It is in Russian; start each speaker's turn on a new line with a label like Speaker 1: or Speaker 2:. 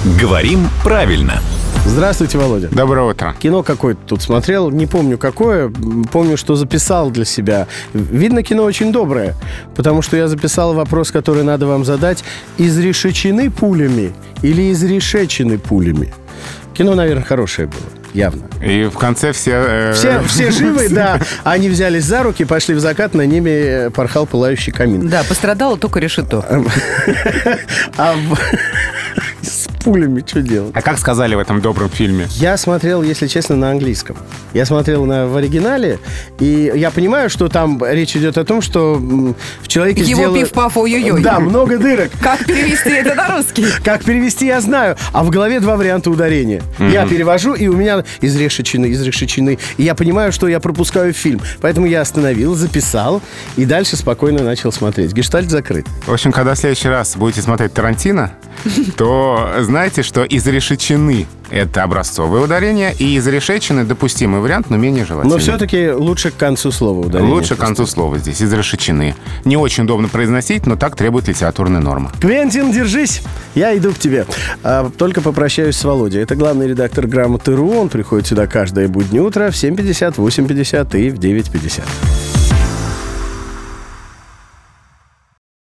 Speaker 1: Говорим правильно.
Speaker 2: Здравствуйте, Володя.
Speaker 3: Доброе утро.
Speaker 2: Кино какое-то тут смотрел, не помню какое, помню, что записал для себя. Видно, кино очень доброе, потому что я записал вопрос, который надо вам задать: изрешечены пулями или изрешечены пулями? Кино, наверное, хорошее было, явно.
Speaker 3: И в конце все
Speaker 2: живы, да. Они взялись за руки, пошли в закат, на ними порхал пылающий камин.
Speaker 4: Да, пострадало только решето.
Speaker 2: А с пулями что делать?
Speaker 3: А как сказали в этом добром фильме?
Speaker 2: Я смотрел, если честно, на английском. Я смотрел в оригинале, и я понимаю, что там речь идет о том, что в человеке
Speaker 4: Его пиф-паф, ой-ой-ой.
Speaker 2: Да, много дырок.
Speaker 4: Как перевести это на русский?
Speaker 2: Как перевести, я знаю. А в голове два варианта ударения. Я перевожу, и у меня изрешечены. И я понимаю, что я пропускаю фильм. Поэтому я остановил, записал, и дальше спокойно начал смотреть. Гештальт закрыт.
Speaker 3: В общем, когда в следующий раз будете смотреть Тарантино, то знаете, что изрешечены — это образцовое ударение, и изрешечены — допустимый вариант, но менее желательный.
Speaker 2: Но все-таки лучше к концу слова ударение.
Speaker 3: Лучше к концу слова здесь. Изрешечены. Не очень удобно произносить, но так требует литературная норма.
Speaker 2: Квентин, держись, я иду к тебе. Только попрощаюсь с Володей. Это главный редактор «Грамоты.ру». Он приходит сюда каждое буднее утро в 7:50, 8:50 и в 9:50.